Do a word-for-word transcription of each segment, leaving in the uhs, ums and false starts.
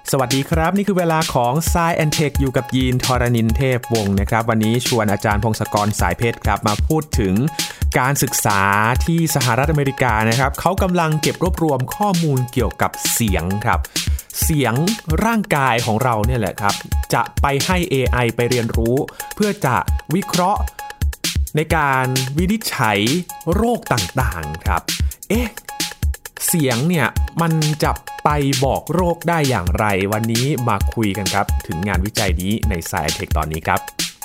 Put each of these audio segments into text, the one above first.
สวัสดีครับนี่คือเวลาของ Science แอนด์ Tech อยู่กับยีนทรณินเทพวงศ์นะครับวันนี้ชวนอาจารย์พงศกรสายเพชรครับมาพูดถึงการศึกษาที่สหรัฐอเมริกานะครับเขากำลังเก็บรวบรวมข้อมูลเกี่ยวกับเสียงครับเสียงร่างกายของเราเนี่ยแหละครับจะไปให้ เอ ไอ ไปเรียนรู้เพื่อจะวิเคราะห์ในการวินิจฉัยโรคต่างๆครับเอ๊ะเสียงเนี่ยมันจะไปบอกโรคได้อย่างไรวันนี้มาคุยกันครับถึงงานวิจัยนี้ใน Science Tech ตอนนี้ครับ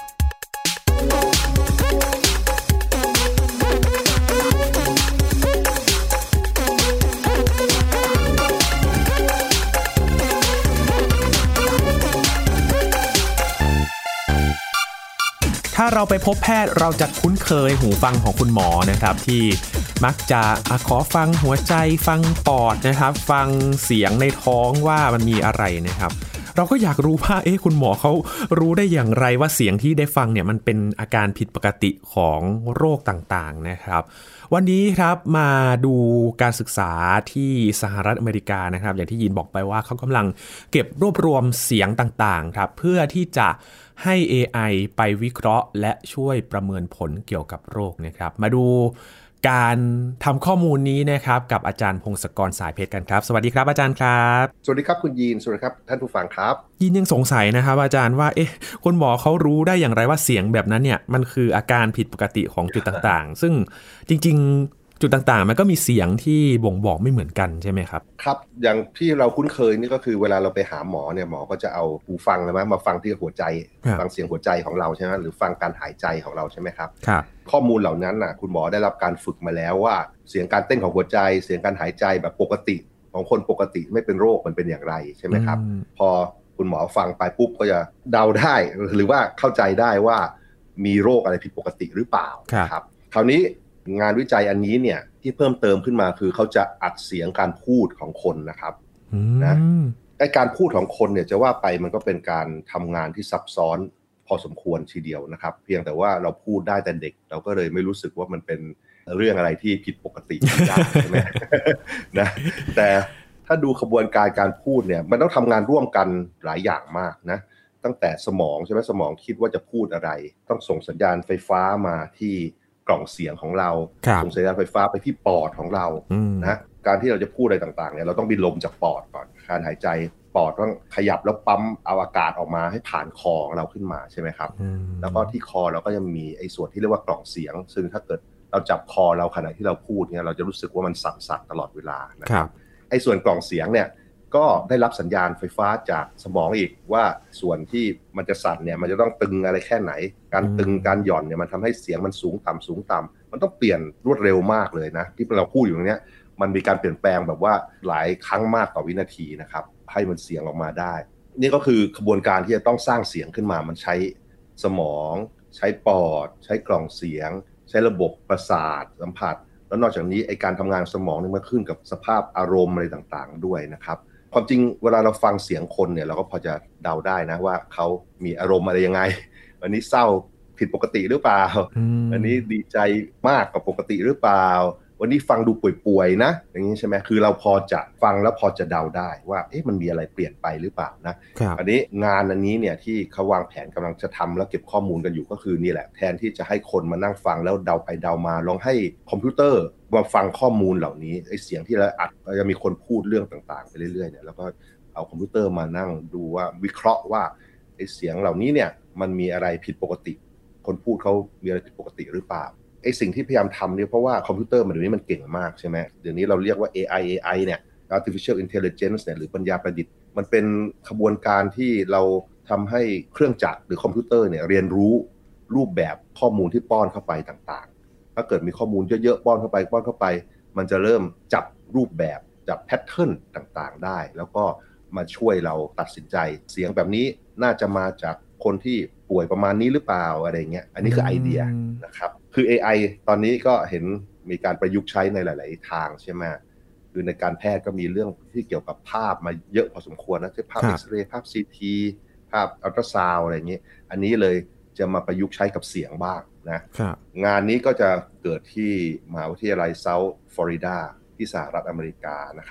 ถ้าเราไปพบแพทย์เราจะคุ้นเคยหูฟังของคุณหมอนะครับที่มักจะขอฟังหัวใจฟังปอดนะครับฟังเสียงในท้องว่ามันมีอะไรนะครับเราก็อยากรู้ว่าเอ๊ะคุณหมอเขารู้ได้อย่างไรว่าเสียงที่ได้ฟังเนี่ยมันเป็นอาการผิดปกติของโรคต่างๆนะครับวันนี้ครับมาดูการศึกษาที่สหรัฐอเมริกานะครับอย่างที่ยินบอกไปว่าเขากำลังเก็บรวบรวมเสียงต่างๆครับเพื่อที่จะให้ เอ ไอ ไปวิเคราะห์และช่วยประเมินผลเกี่ยวกับโรคนะครับมาดูการทำข้อมูลนี้นะครับกับอาจารย์พงศกรสายเพชรกันครับสวัสดีครับอาจารย์ครับสวัสดีครับคุณยีนสวัสดีครับท่านผู้ฟังครับยีนยังสงสัยนะครับอาจารย์ว่าเอ๊ะคุณหมอเขารู้ได้อย่างไรว่าเสียงแบบนั้นเนี่ยมันคืออาการผิดปกติของจุดต่างๆซึ่งจริงๆจุดต่างๆมันก็มีเสียงที่บ่งบอกไม่เหมือนกันใช่ไหมครับครับอย่างที่เราคุ้นเคยนี่ก็คือเวลาเราไปหาหมอเนี่ยหมอก็จะเอาหูฟังเลยมั้ยมาฟังที่หัวใจฟังเสียงหัวใจของเราใช่ไหมหรือฟังการหายใจของเราใช่ไหมครับครับข้อมูลเหล่านั้นน่ะคุณหมอได้รับการฝึกมาแล้วว่าเสียงการเต้นของหัวใจเสียงการหายใจแบบปกติของคนปกติไม่เป็นโรคมันเป็นอย่างไรใช่ไหมครับพอคุณหมอฟังไปปุ๊บก็จะเดาได้หรือว่าเข้าใจได้ว่ามีโรคอะไรผิดปกติหรือเปล่าครับคราวนี้งานวิจัยอันนี้เนี่ยที่เพิ่มเติมขึ้นมาคือเขาจะอัดเสียงการพูดของคนนะครับนะไอ้การพูดของคนเนี่ยจะว่าไปมันก็เป็นการทำงานที่ซับซ้อนพอสมควรทีเดียวนะครับเพียงแต่ว่าเราพูดได้แต่เด็กเราก็เลยไม่รู้สึกว่ามันเป็นเรื่องอะไรที่ผิดปกติใช่ไหมนะแต่ถ้าดูขบวนการการพูดเนี่ยมันต้องทำงานร่วมกันหลายอย่างมากนะตั้งแต่สมองใช่ไหมสมองคิดว่าจะพูดอะไรต้องส่งสัญญาณไฟฟ้ามาที่กล่องเสียงของเราส่งสัญญาณไฟฟ้าไปที่ปอดของเรานะการที่เราจะพูดอะไรต่างๆเนี่ยเราต้องมีลมจากปอดก่อนการหายใจปอดต้องขยับแล้วปั๊มเอาอากาศออกมาให้ผ่านคอของเราขึ้นมาใช่ไหมครับแล้วก็ที่คอเราก็จะมีไอ้ส่วนที่เรียกว่ากล่องเสียงซึ่งถ้าเกิดเราจับคอเราขณะที่เราพูดเนี่ยเราจะรู้สึกว่ามันสั่นๆตลอดเวลานะครับไอ้ส่วนกล่องเสียงเนี่ยก็ได้รับสัญญาณไฟฟ้าจากสมองอีกว่าส่วนที่มันจะสั่นเนี่ยมันจะต้องตึงอะไรแค่ไหนการตึงการหย่อนเนี่ยมันทำให้เสียงมันสูงต่ำสูงต่ำมันต้องเปลี่ยนรวดเร็วมากเลยนะที่เราพูดอยู่ตรงนี้มันมีการเปลี่ยนแปลงแบบว่าหลายครั้งมากต่อวินาทีนะครับให้มันเสียงออกมาได้นี่ก็คือขบวนการที่จะต้องสร้างเสียงขึ้นมามันใช้สมองใช้ปอดใช้กล่องเสียงใช้ระบบประสาทสัมผัสแล้วนอกจากนี้ไอ้การทำงานสมองนี่มันขึ้นกับสภาพอารมณ์อะไรต่างๆด้วยนะครับความจริงเวลาเราฟังเสียงคนเนี่ยเราก็พอจะเดาได้นะว่าเขามีอารมณ์อะไรยังไงวันนี้เศร้าผิดปกติหรือเปล่าอันนี้ดีใจมากกว่าปกติหรือเปล่าวันนี้ฟังดูป่วยๆนะอย่างนี้ใช่ไหมคือเราพอจะฟังแล้วพอจะเดาได้ว่าเอ๊ะมันมีอะไรเปลี่ยนไปหรือเปล่านะอันนี้งานอันนี้เนี่ยที่เขาวางแผนกำลังจะทำแล้วเก็บข้อมูลกันอยู่ก็คือนี่แหละแทนที่จะให้คนมานั่งฟังแล้วเดาไปเดามาลองให้คอมพิวเตอร์มาฟังข้อมูลเหล่านี้ไอ้เสียงที่เราอัดจะมีคนพูดเรื่องต่างๆไปเรื่อยๆเนี่ยแล้วก็เอาคอมพิวเตอร์มานั่งดูว่าวิเคราะห์ว่าไอ้เสียงเหล่านี้เนี่ยมันมีอะไรผิดปกติคนพูดเขามีอะไรผิดปกติหรือเปล่าไอ้สิ่งที่พยายามทำเนี่ยเพราะว่าคอมพิวเตอร์มันเดี๋ยวนี้มันเก่งมากใช่ไหมเดี๋ยวนี้เราเรียกว่า เอ ไอ เอ ไอ เนี่ย artificial intelligence เนี่ยหรือปัญญาประดิษฐ์มันเป็นขบวนการที่เราทำให้เครื่องจักรหรือคอมพิวเตอร์เนี่ยเรียนรู้รูปแบบข้อมูลที่ป้อนเข้าไปต่างๆถ้าเกิดมีข้อมูลเยอะๆป้อนเข้าไปป้อนเข้าไปมันจะเริ่มจับรูปแบบจับแพทเทิร์นต่างๆได้แล้วก็มาช่วยเราตัดสินใจเสียงแบบนี้น่าจะมาจากคนที่ป่วยประมาณนี้หรือเปล่าอะไรเงี้ยอันนี้คือไอเดียนะครับคือ เอ ไอ ตอนนี้ก็เห็นมีการประยุกต์ใช้ในหลายๆทางใช่ไหมคือในการแพทย์ก็มีเรื่องที่เกี่ยวกับภาพมาเยอะพอสมควรนะเช่นภาพเอ็กซเรย์ภาพ ซี ที ภาพอัลตราซาวด์อะไรอย่างนี้อันนี้เลยจะมาประยุกต์ใช้กับเสียงบ้างนะงานนี้ก็จะเกิดที่มหาวิทยาลัยเซาท์ฟลอริดาที่สหรัฐอเมริกานะครับ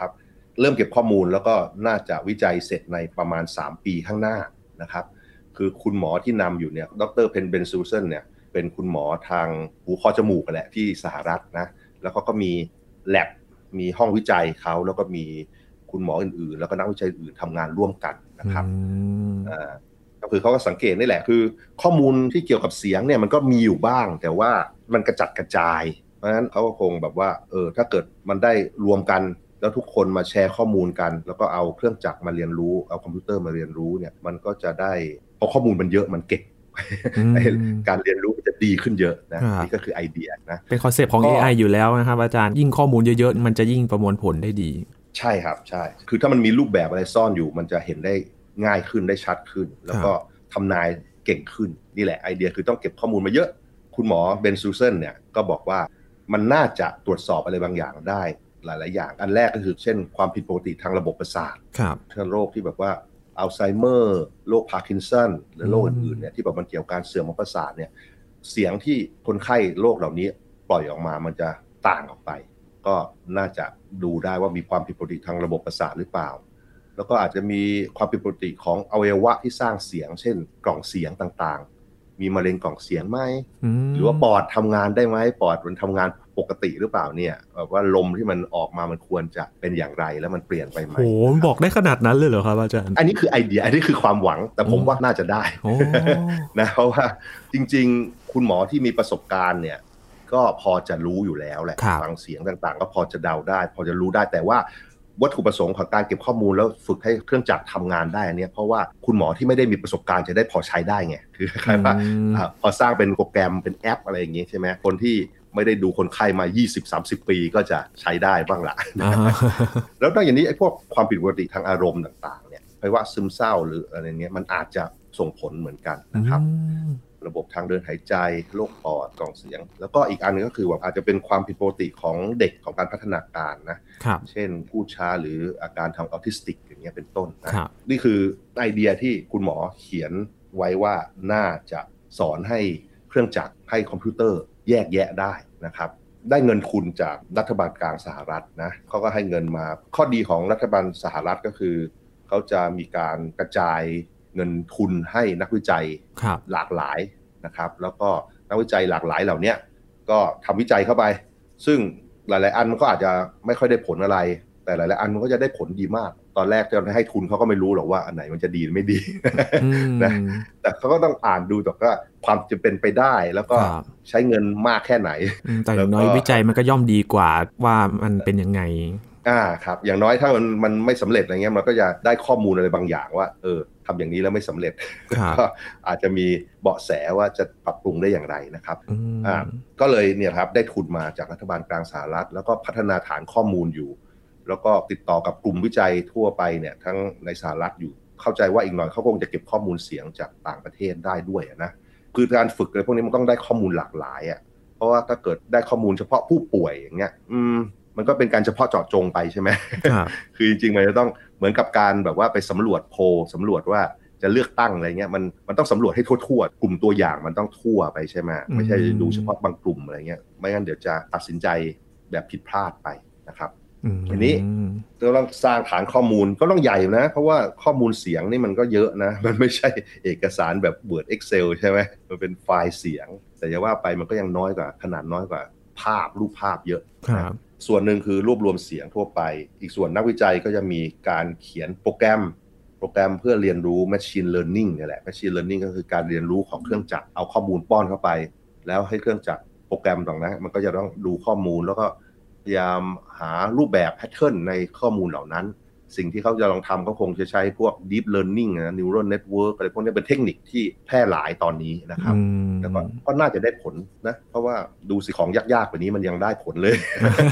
เริ่มเก็บข้อมูลแล้วก็น่าจะวิจัยเสร็จในประมาณสามปีข้างหน้านะครับคือคุณหมอที่นำอยู่เนี่ยดรเพนเบนซูเซนเนี่ยเป็นคุณหมอทางหูคอจมูกกันแหละที่สหรัฐนะแล้วเขาก็มี lab มีห้องวิจัยเขาแล้วก็มีคุณหมออื่นๆแล้วก็นักวิจัยอื่นทำงานร่วมกันนะครับอ่าก็คือเขาก็สังเกตนี่แหละคือข้อมูลที่เกี่ยวกับเสียงเนี่ยมันก็มีอยู่บ้างแต่ว่ามันกระจัดกระจายเพราะฉะนั้นเขาก็คงแบบว่าเออถ้าเกิดมันได้รวมกันแล้วทุกคนมาแชร์ข้อมูลกันแล้วก็เอาเครื่องจักรมาเรียนรู้เอาคอมพิวเตอร์มาเรียนรู้เนี่ยมันก็จะได้พอข้อมูลมันเยอะมันเก่งการเรียนรู้มันจะดีขึ้นเยอะนะนี่ก็คือไอเดียนะเป็นคอนเซปต์ของ เอ ไอ อยู่แล้วนะครับอาจารย์ยิ่งข้อมูลเยอะๆมันจะยิ่งประมวลผลได้ดีใช่ครับใช่คือถ้ามันมีรูปแบบอะไรซ่อนอยู่มันจะเห็นได้ง่ายขึ้นได้ชัดขึ้นแล้วก็ทำนายเก่งขึ้นนี่แหละไอเดียคือต้องเก็บข้อมูลมาเยอะคุณหมอเบนซูเซนเนี่ยก็บอกว่ามันน่าจะตรวจสอบอะไรบางอย่างได้หลายๆอย่างอันแรกก็คือเช่นความผิดปกติทางระบบประสาทเช่นโรคที่แบบว่าอัลไซเมอร์โรคพาร์กินสันหรือโรคอื่นๆเนี่ยที่แบบมันเกี่ยวกับการเสื่อมของประสาทเนี่ยเสียงที่คนไข้โรคเหล่านี้ปล่อยออกมามันจะต่างออกไปก็น่าจะดูได้ว่ามีความผิดปกติทางระบบประสาทหรือเปล่าแล้วก็อาจจะมีความผิดปกติของอวัยวะที่สร้างเสียงเช่นกล่องเสียงต่างๆมีมะเร็งกล่องเสียงไหมหรือว่าปอดทำงานได้ไหมปอดมันทำงานปกติหรือเปล่าเนี่ยแบบว่าลมที่มันออกมามันควรจะเป็นอย่างไรแล้วมันเปลี่ยนไปไหมโอ้บอกได้ขนาดนั้นเลยเหรอครับอาจารย์อันนี้คือไอเดียอันนี้คือความหวังแต่ผมว่าน่าจะได้นะเพราะว่าจริงๆคุณหมอที่มีประสบการณ์เนี่ยก็พอจะรู้อยู่แล้วแหละฟังเสียงต่างๆก็พอจะเดาได้พอจะรู้ได้แต่ว่าวัตถุประสงค์ของการเก็บข้อมูลแล้วฝึกให้เครื่องจักรทำงานได้เนี่ยเพราะว่าคุณหมอที่ไม่ได้มีประสบการณ์จะได้พอใช้ได้ไงคือคล้ายๆว่าพอสร้างเป็นโปรแกรมเป็นแอปอะไรอย่างงี้ใช่ไหมคนที่ไม่ได้ดูคนไข้มา ยี่สิบสามสิบ ปีก็จะใช้ได้บ้างละแล้วนอกจากนี้ไอ้พวกความผิดปกติทางอารมณ์ต่างๆเนี่ยไม่ว่าซึมเศร้าหรืออะไรเงี้ยมันอาจจะส่งผลเหมือนกันนะครับระบบทางเดินหายใจโรคปอดกล่องเสียงแล้วก็อีกอันนึงก็คือว่าอาจจะเป็นความผิดปกติของเด็กของการพัฒนาการนะเช่นพูดช้าหรืออาการทางออทิสติกอย่างเงี้ยเป็นต้นนะนี่คือไอเดียที่คุณหมอเขียนไว้ว่าน่าจะสอนให้เครื่องจักรให้คอมพิวเตอร์แยกแยะได้นะครับได้เงินทุนจากรัฐบาลกลางสหรัฐนะเขาก็ให้เงินมาข้อดีของรัฐบาลสหรัฐก็คือเขาจะมีการกระจายเงินทุนให้นักวิจัยหลากหลายนะครับแล้วก็นักวิจัยหลากหลายเหล่านี้ก็ทำวิจัยเข้าไปซึ่งหลายๆอันมันก็อาจจะไม่ค่อยได้ผลอะไรแต่หลายๆอันมันก็จะได้ผลดีมากตอนแรกจะให้ทุนเขาก็ไม่รู้หรอกว่าอันไหนมันจะดีหรือไม่ดีนะแต่เขาก็ต้องอ่านดูแต่ว่าความจะเป็นไปได้แล้วก็ใช้เงินมากแค่ไหนแต่อย่างน้อยวิจัยมันก็ย่อมดีกว่าว่ามันเป็นยังไงอ่าครับอย่างน้อยถ้ามันมันไม่สำเร็จอะไรเงี้ยมันก็จะได้ข้อมูลอะไรบางอย่างว่าเออทำอย่างนี้แล้วไม่สำเร็จก็อาจจะมีเบาะแสว่าจะปรับปรุงได้อย่างไรนะครับอ่าก็เลยเนี่ยครับได้ทุนมาจากรัฐบาลกลางสหรัฐแล้วก็พัฒนาฐานข้อมูลอยู่แล้วก็ติดต่อกับกลุ่มวิจัยทั่วไปเนี่ยทั้งในสหรัฐอยู่เข้าใจว่าอีกหน่อยเขาคงจะเก็บข้อมูลเสียงจากต่างประเทศได้ด้วยนะคือการฝึกอะไรพวกนี้มันต้องได้ข้อมูลหลากหลายอ่ะเพราะว่าถ้าเกิดได้ข้อมูลเฉพาะผู้ป่วยอย่างเงี้ยอืมมันก็เป็นการเฉพาะเจาะจงไปใช่ไหม คือจริงๆมันจะต้องเหมือนกับการแบบว่าไปสำรวจโพลสำรวจว่าจะเลือกตั้งอะไรเงี้ยมันมันต้องสำรวจให้ทั่วๆกลุ่มตัวอย่างมันต้องทั่วไปใช่ไหมไม่ใช่ดูเฉพาะบางกลุ่มอะไรเงี้ยไม่งั้นเดี๋ยวจะตัดสินใจแบบผิดพลาดไปนะครับทีนี้เราต้องสร้างฐานข้อมูลก็ต้องใหญ่นะเพราะว่าข้อมูลเสียงนี่มันก็เยอะนะมันไม่ใช่เอกสารแบบ Word Excel ใช่ไหมมันเป็นไฟล์เสียงแต่อย่าว่าไปมันก็ยังน้อยกว่าขนาดน้อยกว่าภาพรูปภาพเยอะนะส่วนหนึ่งคือรวบรวมเสียงทั่วไปอีกส่วนนักวิจัยก็จะมีการเขียนโปรแกรมโปรแกรมเพื่อเรียนรู้ Machine Learning นี่แหละ Machine Learning ก็คือการเรียนรู้ของเครื่องจักรเอาข้อมูลป้อนเข้าไปแล้วให้เครื่องจักรโปรแกรมตรงนั้นมันก็จะต้องดูข้อมูลแล้วก็พยายามหารูปแบบแพทเทิร์นในข้อมูลเหล่านั้นสิ่งที่เขาจะลองทำก็คงจะใช้พวก Deep Learning นะ Neural Network อะไรพวกนี้เป็นเทคนิคที่แพร่หลายตอนนี้นะครับแล้วก็ก็น่าจะได้ผลนะเพราะว่าดูสิของยากๆกว่านี้มันยังได้ผลเลย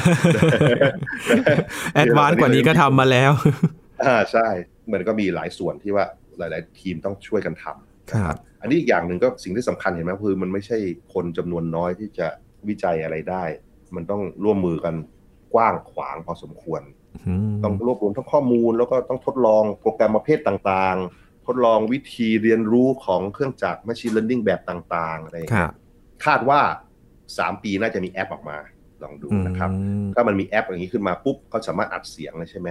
แอดวานซ์กว่านี้ก็ทำมาแล้วอ่าใช่มันก็มีหลายส่วนที่ว่าหลายๆทีมต้องช่วยกันทำครับอันนี้อีกอย่างหนึ่งก็สิ่งที่สำคัญเห็นไหมคือมันไม่ใช่คนจำนวนน้อยที่จะวิจัยอะไรได้มันต้องร่วมมือกันกว้างขวางพอสมควรต้องรวบรวมทั้งข้อมูลแล้วก็ต้องทดลองโปรแกรมประเภทต่างๆทดลองวิธีเรียนรู้ของเครื่องจักร Machine Learning แบบต่างๆอะไรอย่างเงี้ยคาดว่าสามปีน่าจะมีแอปออกมาลองดูนะครับถ้ามันมีแอปอย่างนี้ขึ้นมาปุ๊บเขาสามารถอัดเสียงเลยใช่ไหม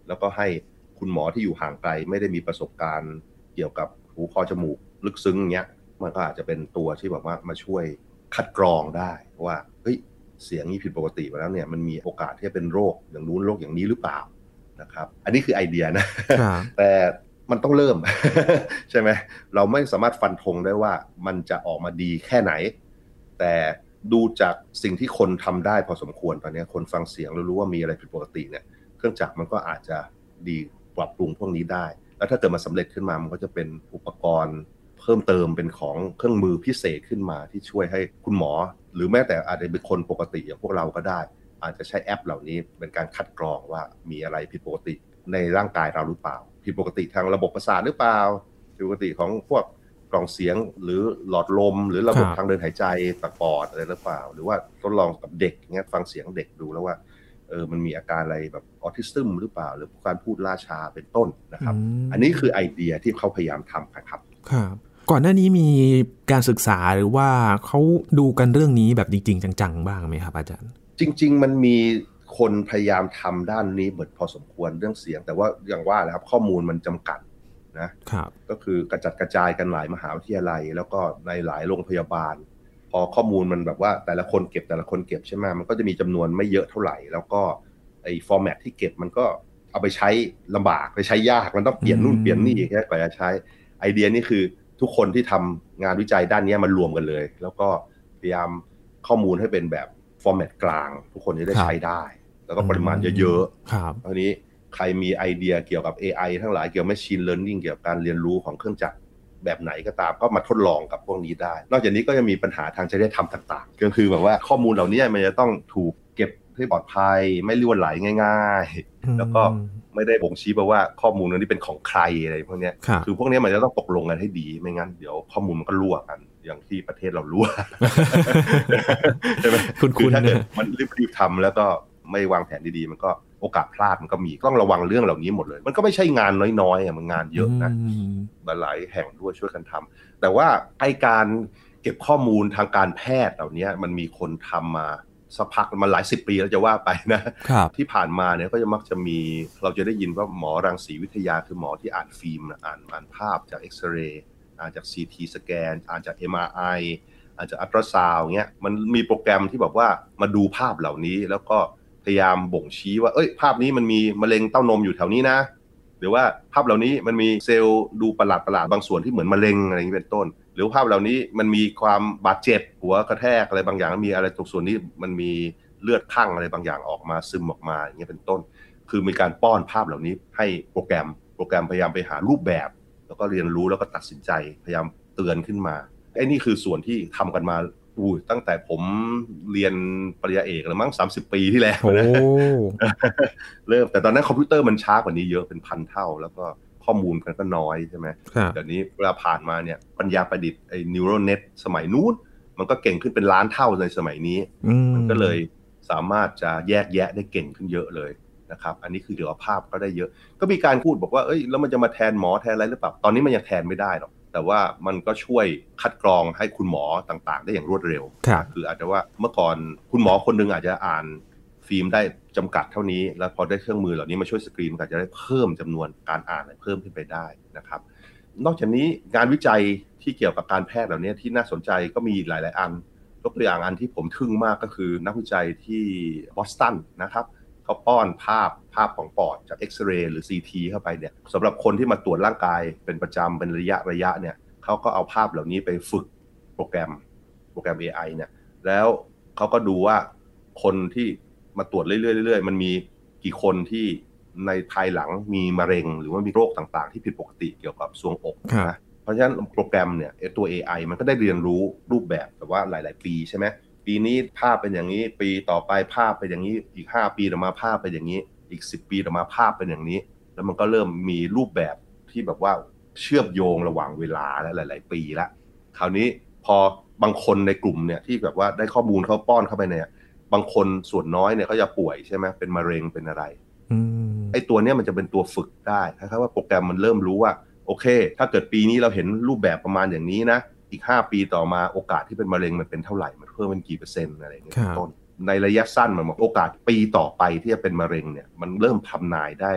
แล้วก็ให้คุณหมอที่อยู่ห่างไกลไม่ได้มีประสบการณ์เกี่ยวกับหูคอจมูกลึกซึ้งเงี้ยมันก็อาจจะเป็นตัวที่แบบว่ามาช่วยคัดกรองได้ว่าเฮ้ยเสียงนี้ผิดปกติไปแล้วเนี่ยมันมีโอกาสที่จะเป็นโรคอย่างนู้นโรคอย่างนี้หรือเปล่านะครับอันนี้คือไอเดียนะ แต่มันต้องเริ่ม ใช่ไหมเราไม่สามารถฟันธงได้ว่ามันจะออกมาดีแค่ไหนแต่ดูจากสิ่งที่คนทำได้พอสมควรตอนนี้คนฟังเสียงแล้วรู้ว่ามีอะไรผิดปกติเนี่ยเครื่องจักรมันก็อาจจะดีปรับปรุงพวกนี้ได้แล้วถ้าเกิดมาสำเร็จขึ้นมามันก็จะเป็นอุปกรณ์เพิ่มเติมเป็นของเครื่องมือพิเศษขึ้นมาที่ช่วยให้คุณหมอหรือแม้แต่อาจจะเป็นคนปกติอย่างพวกเราก็ได้อาจจะใช้แอปเหล่านี้เป็นการคัดกรองว่ามีอะไรผิดปกติในร่างกายเราหรือเปล่าผิดปกติทางระบบประสาทหรือเปล่าผิดปกติของพวกกล่องเสียงหรือหลอดลมหรือระบบทางเดินหายใจปอดปอดอะไรหรือเปล่าหรือว่าทดลองกับเด็กเงี้ยฟังเสียงเด็กดูแล้วว่าเออมันมีอาการอะไรแบบออทิสซึมหรือเปล่าหรือการพูดล่าช้าเป็นต้นนะครับ อ, อันนี้คือไอเดียที่เขาพยายามทำครับครับก่อนหน้านี้มีการศึกษาหรือว่าเขาดูกันเรื่องนี้แบบจริงๆจังๆบ้างไหมครับอาจารย์จริงๆมันมีคนพยายามทำด้านนี้เหมือนพอสมควรเรื่องเสียงแต่ว่าอย่างว่าแหละครับข้อมูลมันจำกัดนะครับก็คือกระจัดกระจายกันหลายมหาวิทยาลัยแล้วก็ในหลายโรงพยาบาลพอข้อมูลมันแบบว่าแต่ละคนเก็บแต่ละคนเก็บใช่ไหมมันก็จะมีจำนวนไม่เยอะเท่าไหร่แล้วก็ไอ้ฟอร์แมตที่เก็บมันก็เอาไปใช้ลำบากไปใช้ยากมันต้องเปลี่ยนนู่นเปลี่ยนนี่แค่กว่าจะใช้ไอเดียนี่คือทุกคนที่ทำงานวิจัยด้านนี้มันรวมกันเลยแล้วก็พยายามข้อมูลให้เป็นแบบฟอร์แมตกลางทุกคนจะได้ใช้ได้แล้วก็ปริมาณเยอะๆทีนี้ใครมีไอเดียเกี่ยวกับ เอ ไอ ทั้งหลายเกี่ยวกับ Machine Learning เกี่ยวกับการเรียนรู้ของเครื่องจักรแบบไหนก็ตามก็มาทดลองกับพวกนี้ได้นอกจากนี้ก็จะมีปัญหาทางจริยธรรมต่างๆก็คือแบบว่าข้อมูลเหล่านี้มันจะต้องถูกเก็บให้ปลอดภัยไม่รั่วไหลง่ายๆแล้วก็ไม่ได้บ่งชี้ไปว่าข้อมูลนี้เป็นของใครอะไรพวกนี้คือพวกนี้มันจะต้องตกลงกันให้ดีไม่งั้นเดี๋ยวข้อมูลมันก็รั่วกันอย่างที่ประเทศเรารั่วใช่ไหมคือถ้าเกิดมันรีบๆทำแล้วก็ไม่วางแผนดีๆมันก็โอกาสพลาดมันก็มีต้องระวังเรื่องเหล่านี้หมดเลยมันก็ไม่ใช่งานน้อยๆอ่ะมันงานเยอะนะหลายแห่งด้วยช่วยกันทำแต่ว่าไอการเก็บข้อมูลทางการแพทย์เหล่านี้มันมีคนทำมาสักพักมาหลายสิบปีแล้วจะว่าไปนะที่ผ่านมาเนี่ยก็จะมักจะมีเราจะได้ยินว่าหมอรังสีวิทยาคือหมอที่อ่านฟิล์มอ่านอ่านภาพจากเอ็กซเรย์อ่านจาก ซี ที สแกนอ่านจาก เอ็ม อาร์ ไอ อ่านจากอัลตราซาวด์เงี้ยมันมีโปรแกรมที่แบบว่ามาดูภาพเหล่านี้แล้วก็พยายามบ่งชี้ว่าเอ้ยภาพนี้มันมีมะเร็งเต้านมอยู่แถวนี้นะหรือว่าภาพเหล่านี้มันมีเซลล์ดูประหลาดประหลาดบางส่วนที่เหมือนมะเร็งอะไรอย่างนี้เป็นต้นหรือภาพเหล่านี้มันมีความบาดเจ็บหัวกระแทกอะไรบางอย่างมีอะไรตรงส่วนนี้มันมีเลือดคั่งอะไรบางอย่างออกมาซึมออกมาอย่างเงี้ยเป็นต้นคือมีการป้อนภาพเหล่านี้ให้โปรแกรมโปรแกรมพยายามไปหารูปแบบแล้วก็เรียนรู้แล้วก็ตัดสินใจพยายามเตือนขึ้นมาไอ้นี่คือส่วนที่ทำกันมาอู้ตั้งแต่ผมเรียนปริญญาเอกแล้วมั้งสามสิบปีที่แล้วนะเริ่มแต่ตอนนั้นคอมพิวเตอร์มันช้ากว่านี้เยอะเป็นพันเท่าแล้วก็ข้อมูลมันก็น้อยใช่ไหมแต่นี้เวลาผ่านมาเนี่ยปัญญาประดิษฐ์ไอ้ neural net สมัยนู้นมันก็เก่งขึ้นเป็นล้านเท่าในสมัยนี้มันก็เลยสามารถจะแยกแยะได้เก่งขึ้นเยอะเลยนะครับอันนี้คือเกี่ยวกับภาพก็ได้เยอะก็มีการพูดบอกว่าเอ้ยแล้วมันจะมาแทนหมอแทนอะไรหรือเปล่าตอนนี้มันยังแทนไม่ได้หรอกแต่ว่ามันก็ช่วยคัดกรองให้คุณหมอต่างๆได้อย่างรวดเร็วคืออาจจะว่าเมื่อก่อนคุณหมอคนนึงอาจจะอ่านฟิล์มได้จำกัดเท่านี้แล้วพอได้เครื่องมือเหล่านี้มาช่วยสกรีนก็จะได้เพิ่มจำนวนการอ่านเพิ่มขึ้นไปได้นะครับนอกจากนี้งานวิจัยที่เกี่ยวกับการแพทย์เหล่านี้ที่น่าสนใจก็มีหลายๆอันยกตัวอย่างอันที่ผมทึ่งมากก็คือนักวิจัยที่บอสตันนะครับเขาป้อนภาพภาพของปอดจากเอ็กซเรย์หรือ ซี ที เข้าไปเนี่ยสำหรับคนที่มาตรวจร่างกายเป็นประจำเป็นระยะระยะเนี่ยเขาก็เอาภาพเหล่านี้ไปฝึกโปรแกรมโปรแกรม เอ ไอ เนี่ยแล้วเขาก็ดูว่าคนที่มาตรวจเรื่อยๆเรื่อยๆมันมีกี่คนที่ในภายหลังมีมะเร็งหรือว่ามีโรคต่างๆที่ผิดปกติเกี่ยวกับทรวงอกนะเพราะฉะนั้นโปรแกรมเนี่ยตัว เอ ไอ มันก็ได้เรียนรู้รูปแบบแต่ว่าหลายๆปีใช่ไหมปีนี้ภาพเป็นอย่างนี้ปีต่อไปภาพเป็นอย่างนี้อีกห้าปีต่อมาภาพเป็นอย่างนี้อีกสิบปีต่อมาภาพเป็นอย่างนี้แล้วมันก็เริ่มมีรูปแบบที่แบบว่าเชื่อมโยงระหว่างเวลาและหลายๆปีละคราวนี้พอบางคนในกลุ่มเนี่ยที่แบบว่าได้ข้อมูลเขาป้อนเข้าไปเนี่ยบางคนส่วนน้อยเนี่ยเขาจะป่วยใช่ไหมเป็นมะเร็งเป็นอะไรไอ้ตัวเนี้ยมันจะเป็นตัวฝึกได้คล้ายๆว่าโปรแกรมมันเริ่มรู้ว่าโอเคถ้าเกิดปีนี้เราเห็นรูปแบบประมาณอย่างนี้นะอีกห้าปีต่อมาโอกาสที่เป็นมะเร็งมันเป็นเท่าไหร่มันเพิ่มเป็นกี่เปอร์เซ็นต์อะไรอย่างเงี้ยต้นในระยะสั้นมันบอกโอกาสปีต่อไปที่จะเป็นมะเร็งเนี่ยมันเริ่มทำนายได้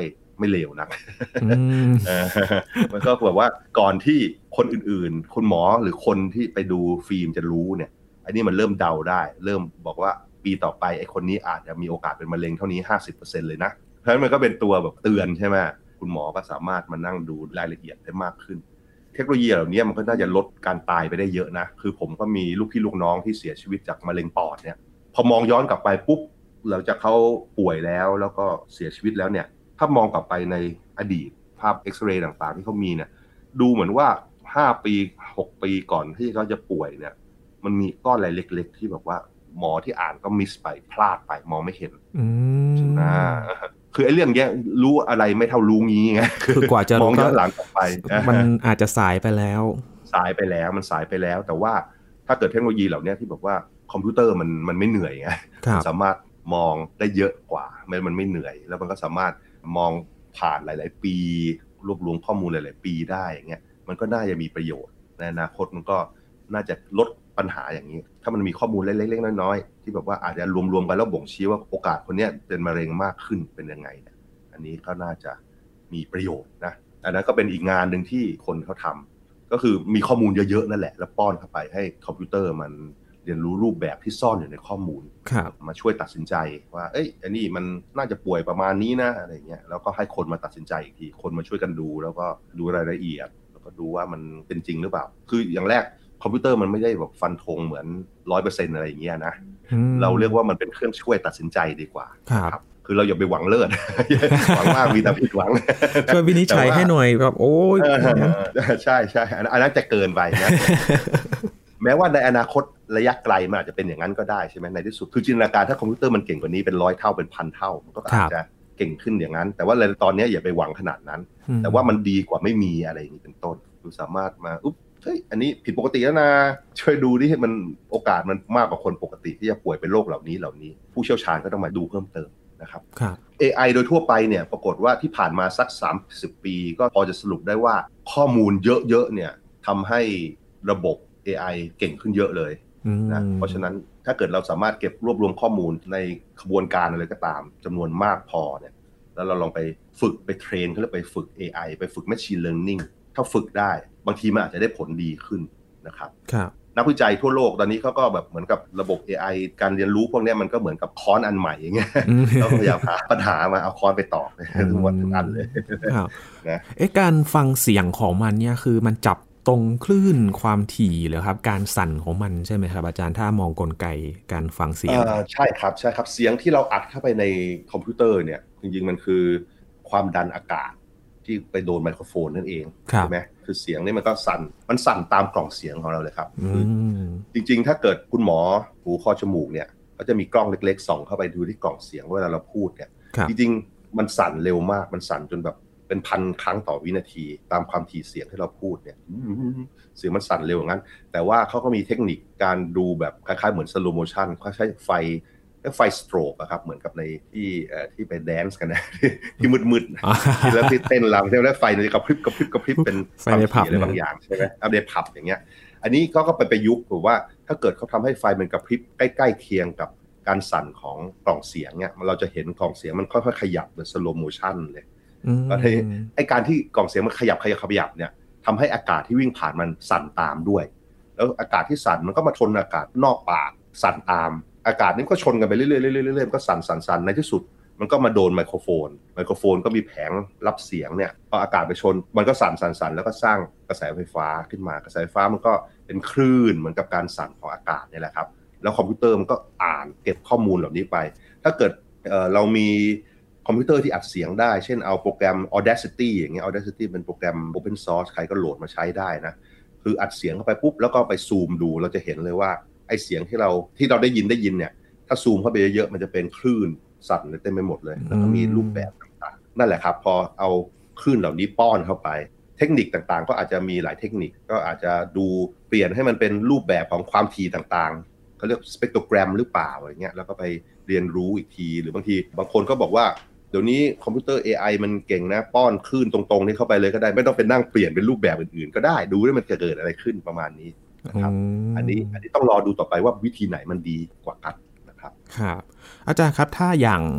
ไม่เลวนัก มันก็แบบว่าก่อนที่คนอื่นๆคุณหมอหรือคนที่ไปดูฟิล์มจะรู้เนี่ยอันนี้มันเริ่มเดาได้เริ่มบอกว่าปีต่อไปไอ้คนนี้อาจจะมีโอกาสเป็นมะเร็งเท่านี้ ห้าสิบเปอร์เซ็นต์ เลยนะเพราะฉะนั้นมันก็เป็นตัวแบบเตือนใช่ไหมคุณหมอก็สามารถมานั่งดูรายละเอียดได้มากขึ้นเทคโนโลยีเหล่านี้มันก็น่าจะลดการตายไปได้เยอะนะคือผมก็มีลูกพี่ลูกน้องที่เสียชีวิตจากมะเร็งปอดเนี่ยพอมองย้อนกลับไปปุ๊บหลังจากเขาป่วยแล้วแล้วก็เสียชีวิตแล้วเนี่ยถ้ามองกลับไปในอดีตภาพเอ็กซเรย์ต่างๆที่เขามีเนี่ยดูเหมือนว่าห้าปีหกปีก่อนที่เขาจะป่วยเนี่ยมันมีก้อนอะไรเล็กๆที่แบบว่าหมอที่อ่านก็มิสไปพลาดไปมองไม่เห็นใช่ไหมคือไอ้เรื่องเนี้ยรู้อะไรไม่เท่ารู้งี้ไงคือกว่าจะมองย้อนหลังกลับไปมันอาจจะสายไปแล้วสายไปแล้วมันสายไปแล้วแต่ว่าถ้าเกิดเทคโนโลยีเหล่านี้ที่บอกว่าคอมพิวเตอร์มันมันไม่เหนื่อยไงสามารถมองได้เยอะกว่ามันมันไม่เหนื่อยแล้วมันก็สามารถมองผ่านหลายๆปีรวบรวมข้อมูลหลายๆปีได้อย่างเงี้ยมันก็น่าจะมีประโยชน์ในอนาคตมันก็น่าจะลดปัญหาอย่างนี้ถ้ามันมีข้อมูลเล็กๆน้อยๆที่แบบว่าอาจจะรวมๆกันแล้วบ่งชี้ว่าโอกาสคนนี้เป็นมะเร็งมากขึ้นเป็นยังไงเนี่ยอันนี้ก็น่าจะมีประโยชน์นะอันนั้นก็เป็นอีกงานนึงที่คนเขาทำก็คือมีข้อมูลเยอะๆนั่นแหละแล้วป้อนเข้าไปให้คอมพิวเตอร์มันเรียนรู้รูปแบบที่ซ่อนอยู่ในข้อมูลมาช่วยตัดสินใจว่าเอ้ยอันนี้มันน่าจะป่วยประมาณนี้นะอะไรเงี้ยแล้วก็ให้คนมาตัดสินใจอีกทีคนมาช่วยกันดูแล้วก็ดูรายละเอียดแล้วก็ดูว่ามันเป็นจริงหรือเปล่าคืออย่างแรกคอมพิวเตอร์มันไม่ได้แบบฟันธงเหมือน ร้อยเปอร์เซ็นต์ อะไรอย่างเงี้ยนะเราเรียกว่ามันเป็นเครื่องช่วยตัดสินใจดีกว่าครับคือเราอย่าไปหวังเลิศ หวังมากมีแต่ผิดหวังช่วยวินิจฉัยให้หน่อยแบบโอ้ยใช่ใช่อันนั้นจะเกินไปนะ แม้ว่าในอนาคตระยะไกลมันอาจจะเป็นอย่างนั้นก็ได้ใช่ไหมในที่สุดคือจินตนาการถ้าคอมพิวเตอร์มันเก่งกว่านี้เป็นร้อยเท่าเป็นพันเท่ามันก็อาจจะเก่งขึ้นอย่างนั้นแต่ว่าในตอนนี้อย่าไปหวังขนาดนั้นแต่ว่ามันดีกว่าไม่มีอะไรอย่างนี้เป็นต้นคือสามารถมาอุ๊บเฮ้ยอันนี้ผิดปกติแล้วนะช่วยดูดิให้มันโอกาสมันมากกว่าคนปกติที่จะป่วยเป็นโรคเหล่านี้เหล่านี้ผู้เชี่ยวชาญก็ต้องมาดูเพิ่มเติมนะครับ เอ ไอ โดยทั่วไปเนี่ยปรากฏว่าที่ผ่านมาสักสามสิบปีก็พอจะสรุปได้ว่าข้อมูลเยอะๆเนี่ยทำให้ระบบ เอ ไอ เก่งขึ้นเยอะเลยนะเพราะฉะนั้นถ้าเกิดเราสามารถเก็บรวบรวมข้อมูลในขบวนการอะไรก็ตามจำนวนมากพอเนี่ยแล้วเราลองไปฝึกไปเทรนเขาเรียกไปฝึก เอ ไอ ไปฝึก Machine Learning ถ้าฝึกได้บางทีมันอาจจะได้ผลดีขึ้นนะครับนักวิจัยทั่วโลกตอนนี้เขาก็แบบเหมือนกับระบบ เอ ไอ การเรียนรู้พวกนี้มันก็เหมือนกับค้อนอันใหม่อย่างเงี้ยเราพยายามหาปัญหามาเอาค้อนไปตอกทุกวันทุกอันเลยนะเอ๊ะการฟังเสียงของมันเนี่ยคือมันจับตรงคลื่นความถี่เหรอครับการสั่นของมันใช่ไหมครับอาจารย์ถ้ามองกลไกการฟังเสียงใช่ครับใช่ครับเสียงที่เราอัดเข้าไปในคอมพิวเตอร์เนี่ยจริงๆมันคือความดันอากาศที่ไปโดนไมโครโฟนนั่นเองใช่ไหมคือเสียงนี่มันก็สั่นมันสั่นตามกล่องเสียงของเราเลยครับจริงๆถ้าเกิดคุณหมอหูคอจมูกเนี่ยก็จะมีกล้องเล็กๆส่องเข้าไปดูที่กล่องเสียงเวลาเราพูดเนี่ยจริงๆมันสั่นเร็วมากมันสั่นจนแบบเป็นพันครั้งต่อวินาทีตามความถี่เสียงที่เราพูดเนี่ยเสียงมันสั่นเร็วอย่างนั้นแต่ว่าเขาก็มีเทคนิคการดูแบบคล้ายๆเหมือนสโลว์โมชั่นเขาใช้ไฟไฟสโตรกอะครับเหมือนกับในที่ที่ไปแดนซ์กันนะที่มืดๆแล้วที่เต้นรำใช่ไหมแล้วไฟมันกระพริบกระพริบกระพริบเป็นไฟในผับอะไรบางอย่างใช่ไหมเอาในผับอย่างเงี้ยอันนี้เขาก็ไปประยุกต์ถูกว่าถ้าเกิดเขาทำให้ไฟมันกระพริบใกล้ๆเคียงกับการสั่นของกล่องเสียงเนี่ยเราจะเห็นกล่องเสียงมันค่อยๆขยับเหมือนสโลว์โมชั่นเลยก็เลยไอ้การที่กล่องเสียงมันขยับขยับขยับเนี่ยทำให้อากาศที่วิ่งผ่านมันสั่นตามด้วยแล้วอากาศที่สั่นมันก็มาชนอากาศนอกปากสั่นตามอากาศนี่ก็ชนกันไปเรื่อยๆเรื่อยๆเรื่อยๆก็สั่นๆๆในที่สุดมันก็มาโดนไมโครโฟนไมโครโฟนก็มีแผงรับเสียงเนี่ยพออากาศไปชนมันก็สั่นๆๆแล้วก็สร้างกระแสไฟฟ้าขึ้นมากระแสไฟฟ้ามันก็เป็นคลื่นเหมือนกับการสั่นของอากาศนี่แหละครับแล้วคอมพิวเตอร์มันก็อ่านเก็บข้อมูลเหล่านี้ไปถ้าเกิด เอ่อ เรามีคอมพิวเตอร์ที่อัดเสียงได้เช่นเอาโปรแกรม Audacity อย่างเงี้ย Audacity เป็นโปรแกรม Open Source ใครก็โหลดมาใช้ได้นะคืออัดเสียงเข้าไปปุ๊บแล้วก็ไปซูมดูเราจะเห็นเลยว่าไอ้เสียงที่เราที่เราได้ยินได้ยินเนี่ยถ้าซูมเข้าไปเยอะๆมันจะเป็นคลื่นสั่นเต็มไปหมดเลยแล้วก็มีรูปแบบต่างๆนั่นแหละครับพอเอาคลื่นเหล่านี้ป้อนเข้าไปเทคนิคต่างๆก็อาจจะมีหลายเทคนิคก็อาจจะดูเปลี่ยนให้มันเป็นรูปแบบของความถี่ต่างๆเขาเรียกสเปกโทรแกรมหรือเปล่าอะไรเงี้ยแล้วก็ไปเรียนรู้อีกทีหรือบางทีบางคนก็บอกว่าเดี๋ยวนี้คอมพิวเตอร์ เอ ไอ มันเก่งนะป้อนคลื่นตรงๆนี้เข้าไปเลยก็ได้ไม่ต้องเป็นนั่งเปลี่ยนเป็นรูปแบบอื่นๆก็ได้ดูว่ามันจะเกิดอะไรขึ้นประมาณนี้นะครับอันนี้อันนี้ต้องรอดูต่อไปว่าวิธีไหนมันดีกว่ากันนะครับครับอาจารย์ครับถ้าอย่าง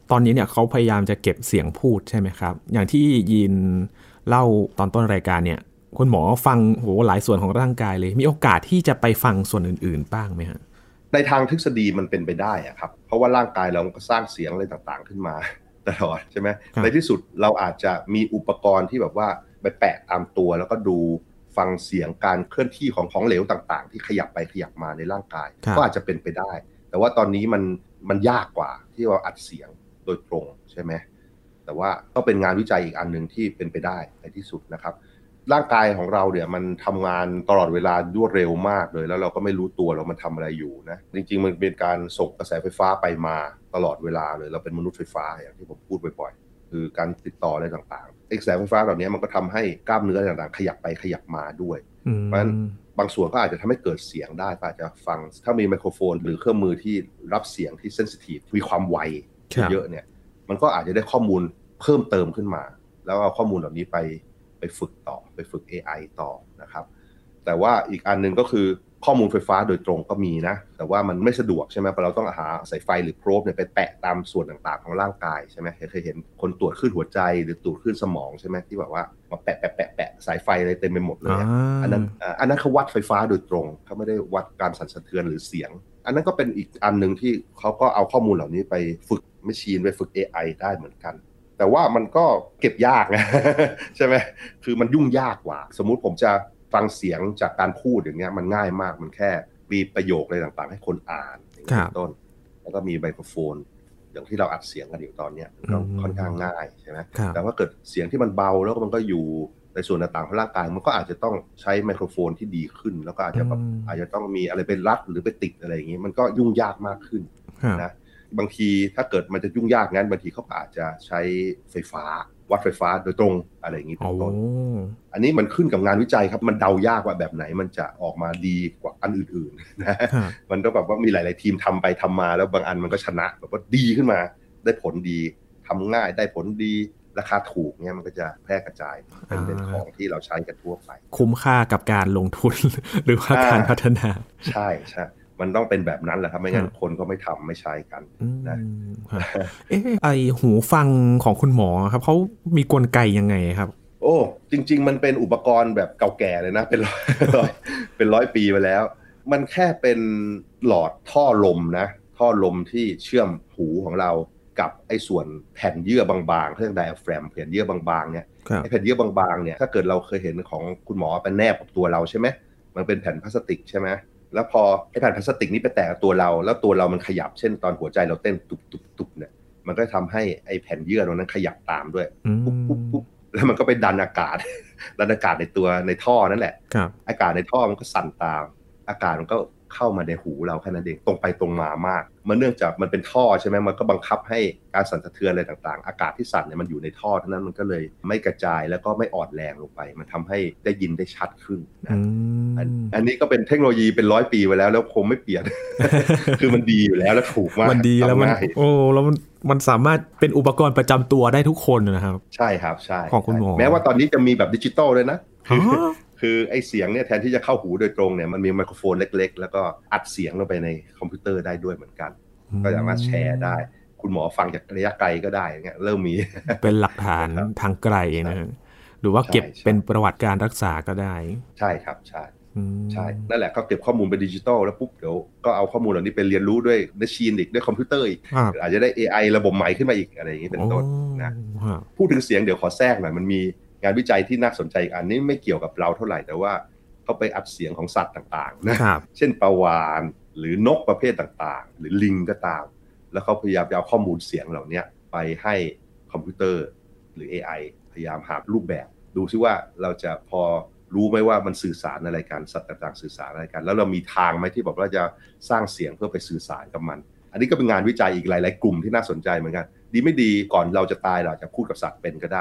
ตอนนี้เนี่ยเขาพยายามจะเก็บเสียงพูดใช่ไหมครับอย่างที่ยินเล่าตอนต้นรายการเนี่ยคุณหมอฟังโหหลายส่วนของร่างกายเลยมีโอกาสที่จะไปฟังส่วนอื่นๆบ้างไหมฮะในทางทฤษฎีมันเป็นไปได้อะครับเพราะว่าร่างกายเราก็สร้างเสียงอะไรต่างๆขึ้นมาตลอดใช่ไหมในที่สุดเราอาจจะมีอุปกรณ์ที่แบบว่าไปแปะตามตัวแล้วก็ดูฟังเสียงการเคลื่อนที่ของของเหลวต่างๆที่ขยับไปขยับมาในร่างกายก็อาจจะเป็นไปได้แต่ว่าตอนนี้มันมันยากกว่าที่เราอัดเสียงโดยตรงใช่ไหมแต่ว่าก็เป็นงานวิจัยอีกอันนึงที่เป็นไปได้ในที่สุดนะครับร่างกายของเราเนี่ยมันทำงานตลอดเวลารวดเร็วมากเลยแล้วเราก็ไม่รู้ตัวเรามันทำอะไรอยู่นะจริงๆมันเป็นการส่งกระแสไฟฟ้าไปมาตลอดเวลาเลยเราเป็นมนุษย์ไฟฟ้าอย่างที่ผมพูดบ่อยๆคือการติดต่ออะไรต่างๆกระแสไฟฟ้าแบบนี้มันก็ทำให้กล้ามเนื้อต่างๆขยับไปขยับมาด้วยเพราะฉะนั้นบางส่วนก็อาจจะทำให้เกิดเสียงได้ก็อาจจะฟังถ้ามีไมโครโฟนหรือเครื่องมือที่รับเสียงที่เซนซิทีฟมีความไวเยอะเนี่ยมันก็อาจจะได้ข้อมูลเพิ่มเติมขึ้นมาแล้วเอาข้อมูลเหล่านี้ไปไปฝึกต่อไปฝึก เอ ไอ ต่อนะครับแต่ว่าอีกอันนึงก็คือข้อมูลไฟฟ้าโดยตรงก็มีนะแต่ว่ามันไม่สะดวกใช่ไหมเพราะเราต้องหาสายไฟหรือโพรบเนี่ยไปแปะตามส่วนต่างๆของร่างกายใช่ไหมเคยเห็นคนตรวจคลื่นหัวใจหรือตรวจคลื่นสมองใช่ไหมที่แบบว่ามาแปะแปะแปะแปะสายไฟอะไรเต็มไปหมดเลยอันนั้นอันนั้นเขาวัดไฟฟ้าโดยตรงเขาไม่ได้วัดการสั่นสะเทือนหรือเสียงอันนั้นก็เป็นอีกอันนึงที่เขาก็เอาข้อมูลเหล่านี้ไปฝึกแมชชีนไปฝึก เอ ไอ ได้เหมือนกันแต่ว่ามันก็เก็บยากนะ ใช่ไหมคือมันยุ่งยากกว่าสมมุติผมจะฟังเสียงจากการพูดอย่างเงี้ยมันง่ายมากมันแค่มีประโยคอะไรต่างๆให้คนอ่านอย่างนี้ต้นแล้วก็มีไมโครโฟนอย่างที่เราอัดเสียงกันอยู่ตอนนี้ก็ค่อนข้างง่ายใช่ไหมแต่ว่าเกิดเสียงที่มันเบาแล้วมันก็อยู่ในส่วนต่างๆของร่างกายมันก็อาจจะต้องใช้ไมโครโฟนที่ดีขึ้นแล้วก็อาจจะแบบอาจจะต้องมีอะไรเป็นรัดหรือไปติดอะไรอย่างงี้มันก็ยุ่งยากมากขึ้นนะบางทีถ้าเกิดมันจะยุ่งยากงั้นบางทีเขาอาจจะใช้ไฟฟ้าวัดไฟฟ้าโดยตรงอะไรอย่างนี้เป็นต้นอันนี้มันขึ้นกับงานวิจัยครับมันเดายากว่าแบบไหนมันจะออกมาดีกว่าอันอื่นๆนะมันต้องแบบว่ามีหลายๆทีมทำไปทำมาแล้วบางอันมันก็ชนะแบบว่าดีขึ้นมาได้ผลดีทำง่ายได้ผลดีราคาถูกเนี่ยมันก็จะแพร่กระจายเป็นเป็นของที่เราใช้กันทั่วไปคุ้มค่ากับการลงทุน หรือว่าการพัฒนาใช่ใช่มันต้องเป็นแบบนั้นแหละครับไม่งั้นคนก็ไม่ทำไม่ใช้กันนะเอ๊ะไอหูฟังของคุณหมอครับเขามีกลไกยังไงครับโอ้จริงๆมันเป็นอุปกรณ์แบบเก่าแก่เลยนะเป็นร้อยเป็นร้อยปีไปแล้วมันแค่เป็นหลอดท่อลมนะท่อลมที่เชื่อมหูของเรากับไอ้ส่วนแผ่นเยื่อบางๆเรื่องไดอะแฟรมแผ่นเยื่อบางๆเนี่ยไอ้แผ่นเยื่อบางๆเนี่ยถ้าเกิดเราเคยเห็นของคุณหมอเป็นแนบกับตัวเราใช่ไหมมันเป็นแผ่นพลาสติกใช่ไหมแล้วพอไอ้แผ่นพลาสติกนี้ไปแตะกับตัวเราแล้วตัวเรามันขยับเช่นตอนหัวใจเราเต้นตุบๆๆเนี่ยมันก็ทำให้ไอ้แผ่นเยื่อตรงนั้นขยับตามด้วยปุ๊บๆๆแล้วมันก็ไปดันอากาศดันอากาศในตัวในท่อนั่นแหละอากาศในท่อมันก็สั่นตามอากาศมันก็เข้ามาในหูเราแค่นั้นเองตรงไปตรงมามากมันเนื่องจากมันเป็นท่อใช่ไหมมันก็บังคับให้การสั่นสะเทือนอะไรต่างๆอากาศที่สั่นเนี่ยมันอยู่ในท่อเท่านั้นมันก็เลยไม่กระจายแล้วก็ไม่อ่อนแรงลงไปมันทำให้ได้ยินได้ชัดขึ้นนะอันนี้ก็เป็นเทคโนโลยีเป็นร้อยปีไปแล้วแล้วคงไม่เปลี่ยน คือมันดีอยู่แล้วแล้วถูกมากมันดีแล้วมันโอ้แล้วมันมันสามารถเป็นอุปกรณ์ประจำตัวได้ทุกคนนะครับใช่ครับใช่ของคุณหมอแม้ว่าตอนนี้จะมีแบบดิจิตอลด้วยนะคือไอ้เสียงเนี่ยแทนที่จะเข้าหูโดยตรงเนี่ยมันมีไมโครโฟนเล็กๆแล้วก็อัดเสียงลงไปในคอมพิวเตอร์ได้ด้วยเหมือนกันก็สามารถแชร์ได้คุณหมอฟังจากระยะไกลก็ได้เงี้ยเริ่มมีเป็นหลักฐานทางไกลนะหรือว่าเก็บเป็นประวัติการรักษาก็ได้ใช่ครับใช่ใช่นั่นแหละเขาเก็บข้อมูลเป็นดิจิตอลแล้วปุ๊บเดี๋ยวก็เอาข้อมูลเหล่านี้ไปเรียนรู้ด้วยแมชชีนอีกด้วยคอมพิวเตอร์อีกอาจจะได้ เอ ไอ ระบบใหม่ขึ้นมาอีกอะไรอย่างนี้เป็นต้นนะพูดถึงเสียงเดี๋ยวขอแทรกหน่อยมันมีงานวิจัยที่น่าสนใจอีกอันนี้ไม่เกี่ยวกับเราเท่าไหร่แต่ว่าเขาไปอัดเสียงของสัตว์ต่างๆนะเช่นปลาวาฬหรือนกประเภทต่างๆหรือลิงก็ตามแล้วเขาพยายามจะเอาข้อมูลเสียงเหล่านี้ไปให้คอมพิวเตอร์หรือ เอ ไอ พยายามหารูปแบบดูซิว่าเราจะพอรู้ไหมว่ามันสื่อสารอะไรกันสัตว์ต่างๆสื่อสารอะไรกันแล้วเรามีทางไหมที่บอกว่าจะสร้างเสียงเพื่อไปสื่อสารกับมันอันนี้ก็เป็นงานวิจัยอีกหลายๆกลุ่มที่น่าสนใจเหมือนกันดีไม่ดีก่อนเราจะตายเราจะพูดกับสัตว์เป็นก็ได้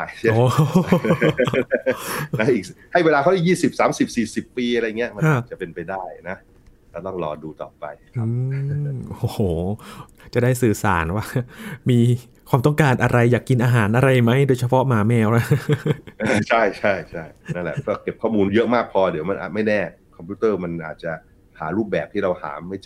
นะอีกให้เวลาเขาได้ยี่สิบ สามสิบ สี่สิบปีอะไรเงี้ยมันจะเป็นไปได้นะเราต้องรอดูต่อไปครับโอ้โหจะได้สื่อสารว่ามีความต้องการอะไรอยากกินอาหารอะไรไหมโดยเฉพาะหมาแมวนะใช่ใช่ใช่นั่นแหละก็เก็บข้อมูลเยอะมากพอเดี๋ยวมันไม่แน่คอมพิวเตอร์มันอาจจะหารูปแบบที่เราหาไม่เจอ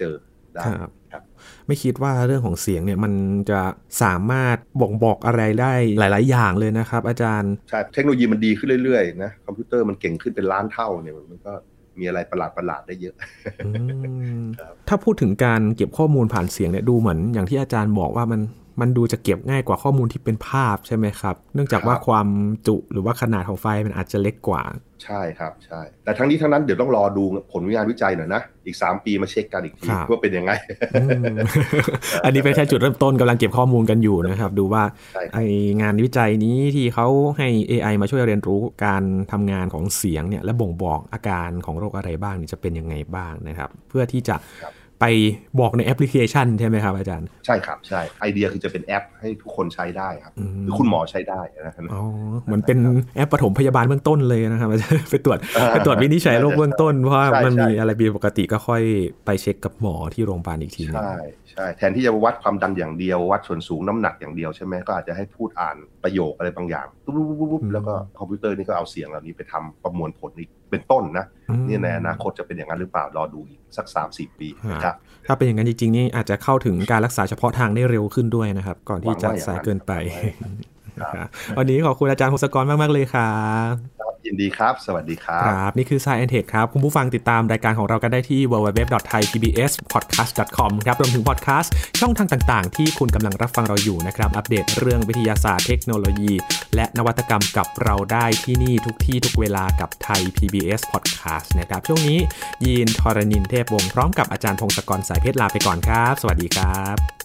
ได้ครับไม่คิดว่าเรื่องของเสียงเนี่ยมันจะสามารถบ่งบอกอะไรได้หลายๆอย่างเลยนะครับอาจารย์ใช่เทคโนโลยีมันดีขึ้นเรื่อยๆนะคอมพิวเตอร์มันเก่งขึ้นเป็นล้านเท่าเนี่ยมันก็มีอะไรประหลาดๆได้เยอะถ้าพูดถึงการเก็บข้อมูลผ่านเสียงเนี่ยดูเหมือนอย่างที่อาจารย์บอกว่ามันมันดูจะเก็บง่ายกว่าข้อมูลที่เป็นภาพใช่ไหมครับเนื่องจากว่าความจุหรือว่าขนาดของไฟล์มันอาจจะเล็กกว่าใช่ครับใช่แต่ทั้งนี้ทั้งนั้นเดี๋ยวต้องรอดูผลงานวิจัยหน่อยนะอีกสามปีมาเช็คกันอีกทีว่าเป็นยังไงอันนี้เป็นแค่จุดเริ่มต้นกำลังเก็บข้อมูลกันอยู่นะครับดูว่าไองานวิจัยนี้ที่เขาให้ เอ ไอ มาช่วยเรียนรู้การทำงานของเสียงเนี่ยและบ่งบอกอาการของโรคอะไรบ้างนี่จะเป็นยังไงบ้างนะครับเพื่อที่จะไปบอกในแอปพลิเคชันใช่ไหมครับอาจารย์ใช่ครับใช่ไอเดียคือจะเป็นแอปให้ทุกคนใช้ได้ครับหรือคุณหมอใช้ได้นะครับอ๋อเหมือนเป็นแอปปฐมพยาบาลเบื้องต้นเลยนะครับอาจารย์ไปตรวจไปตรวจวินิจฉัยโรคเบื้องต้นเพราะว่ามันมีอะไรผิดปกติก็ค่อยไปเช็คกับหมอที่โรงพยาบาลอีกทีนึงใช่ใช่แทนที่จะวัดความดันอย่างเดียววัดส่วนสูงน้ำหนักอย่างเดียวใช่ไหมก็อาจจะให้พูดอ่านประโยคอะไรบางอย่างปุ๊บๆๆแล้วก็คอมพิวเตอร์นี่ก็เอาเสียงเหล่านี้ไปทำประมวลผลอีกเป็นต้นนะนี่ในอนาคตจะเป็นอย่างนั้นหรือเปล่ารอดูอีกสัก สามถึงสี่ ปีนะครับถ้าเป็นอย่างนั้นจริงๆนี่อาจจะเข้าถึงการรักษาเฉพาะทางได้เร็วขึ้นด้วยนะครับก่อนที่จะสายเกินไปวันนี้ขอบคุณอาจารย์พงศกรมากๆเลยครับยินดีครับสวัสดีครับครับนี่คือ Science and Tech ครับคุณผู้ฟังติดตามรายการของเรากันได้ที่ ดับเบิลยู ดับเบิลยู ดับเบิลยู ดอท ไทย พี บี เอส พอดแคสต์ ดอท คอม ครับรวมถึงพอดแคสต์ช่องทางต่างๆที่คุณกำลังรับฟังเราอยู่นะครับอัปเดตเรื่องวิทยาศาสตร์เทคโนโลยีและนวัตกรรมกับเราได้ที่นี่ทุกที่ทุกเวลากับไทย พี บี เอส Podcast นะครับช่วงนี้ยีนทรณินเทพวงศ์พร้อมกับอาจารย์พงศกรสายเพชรลาไปก่อนครับสวัสดีครับ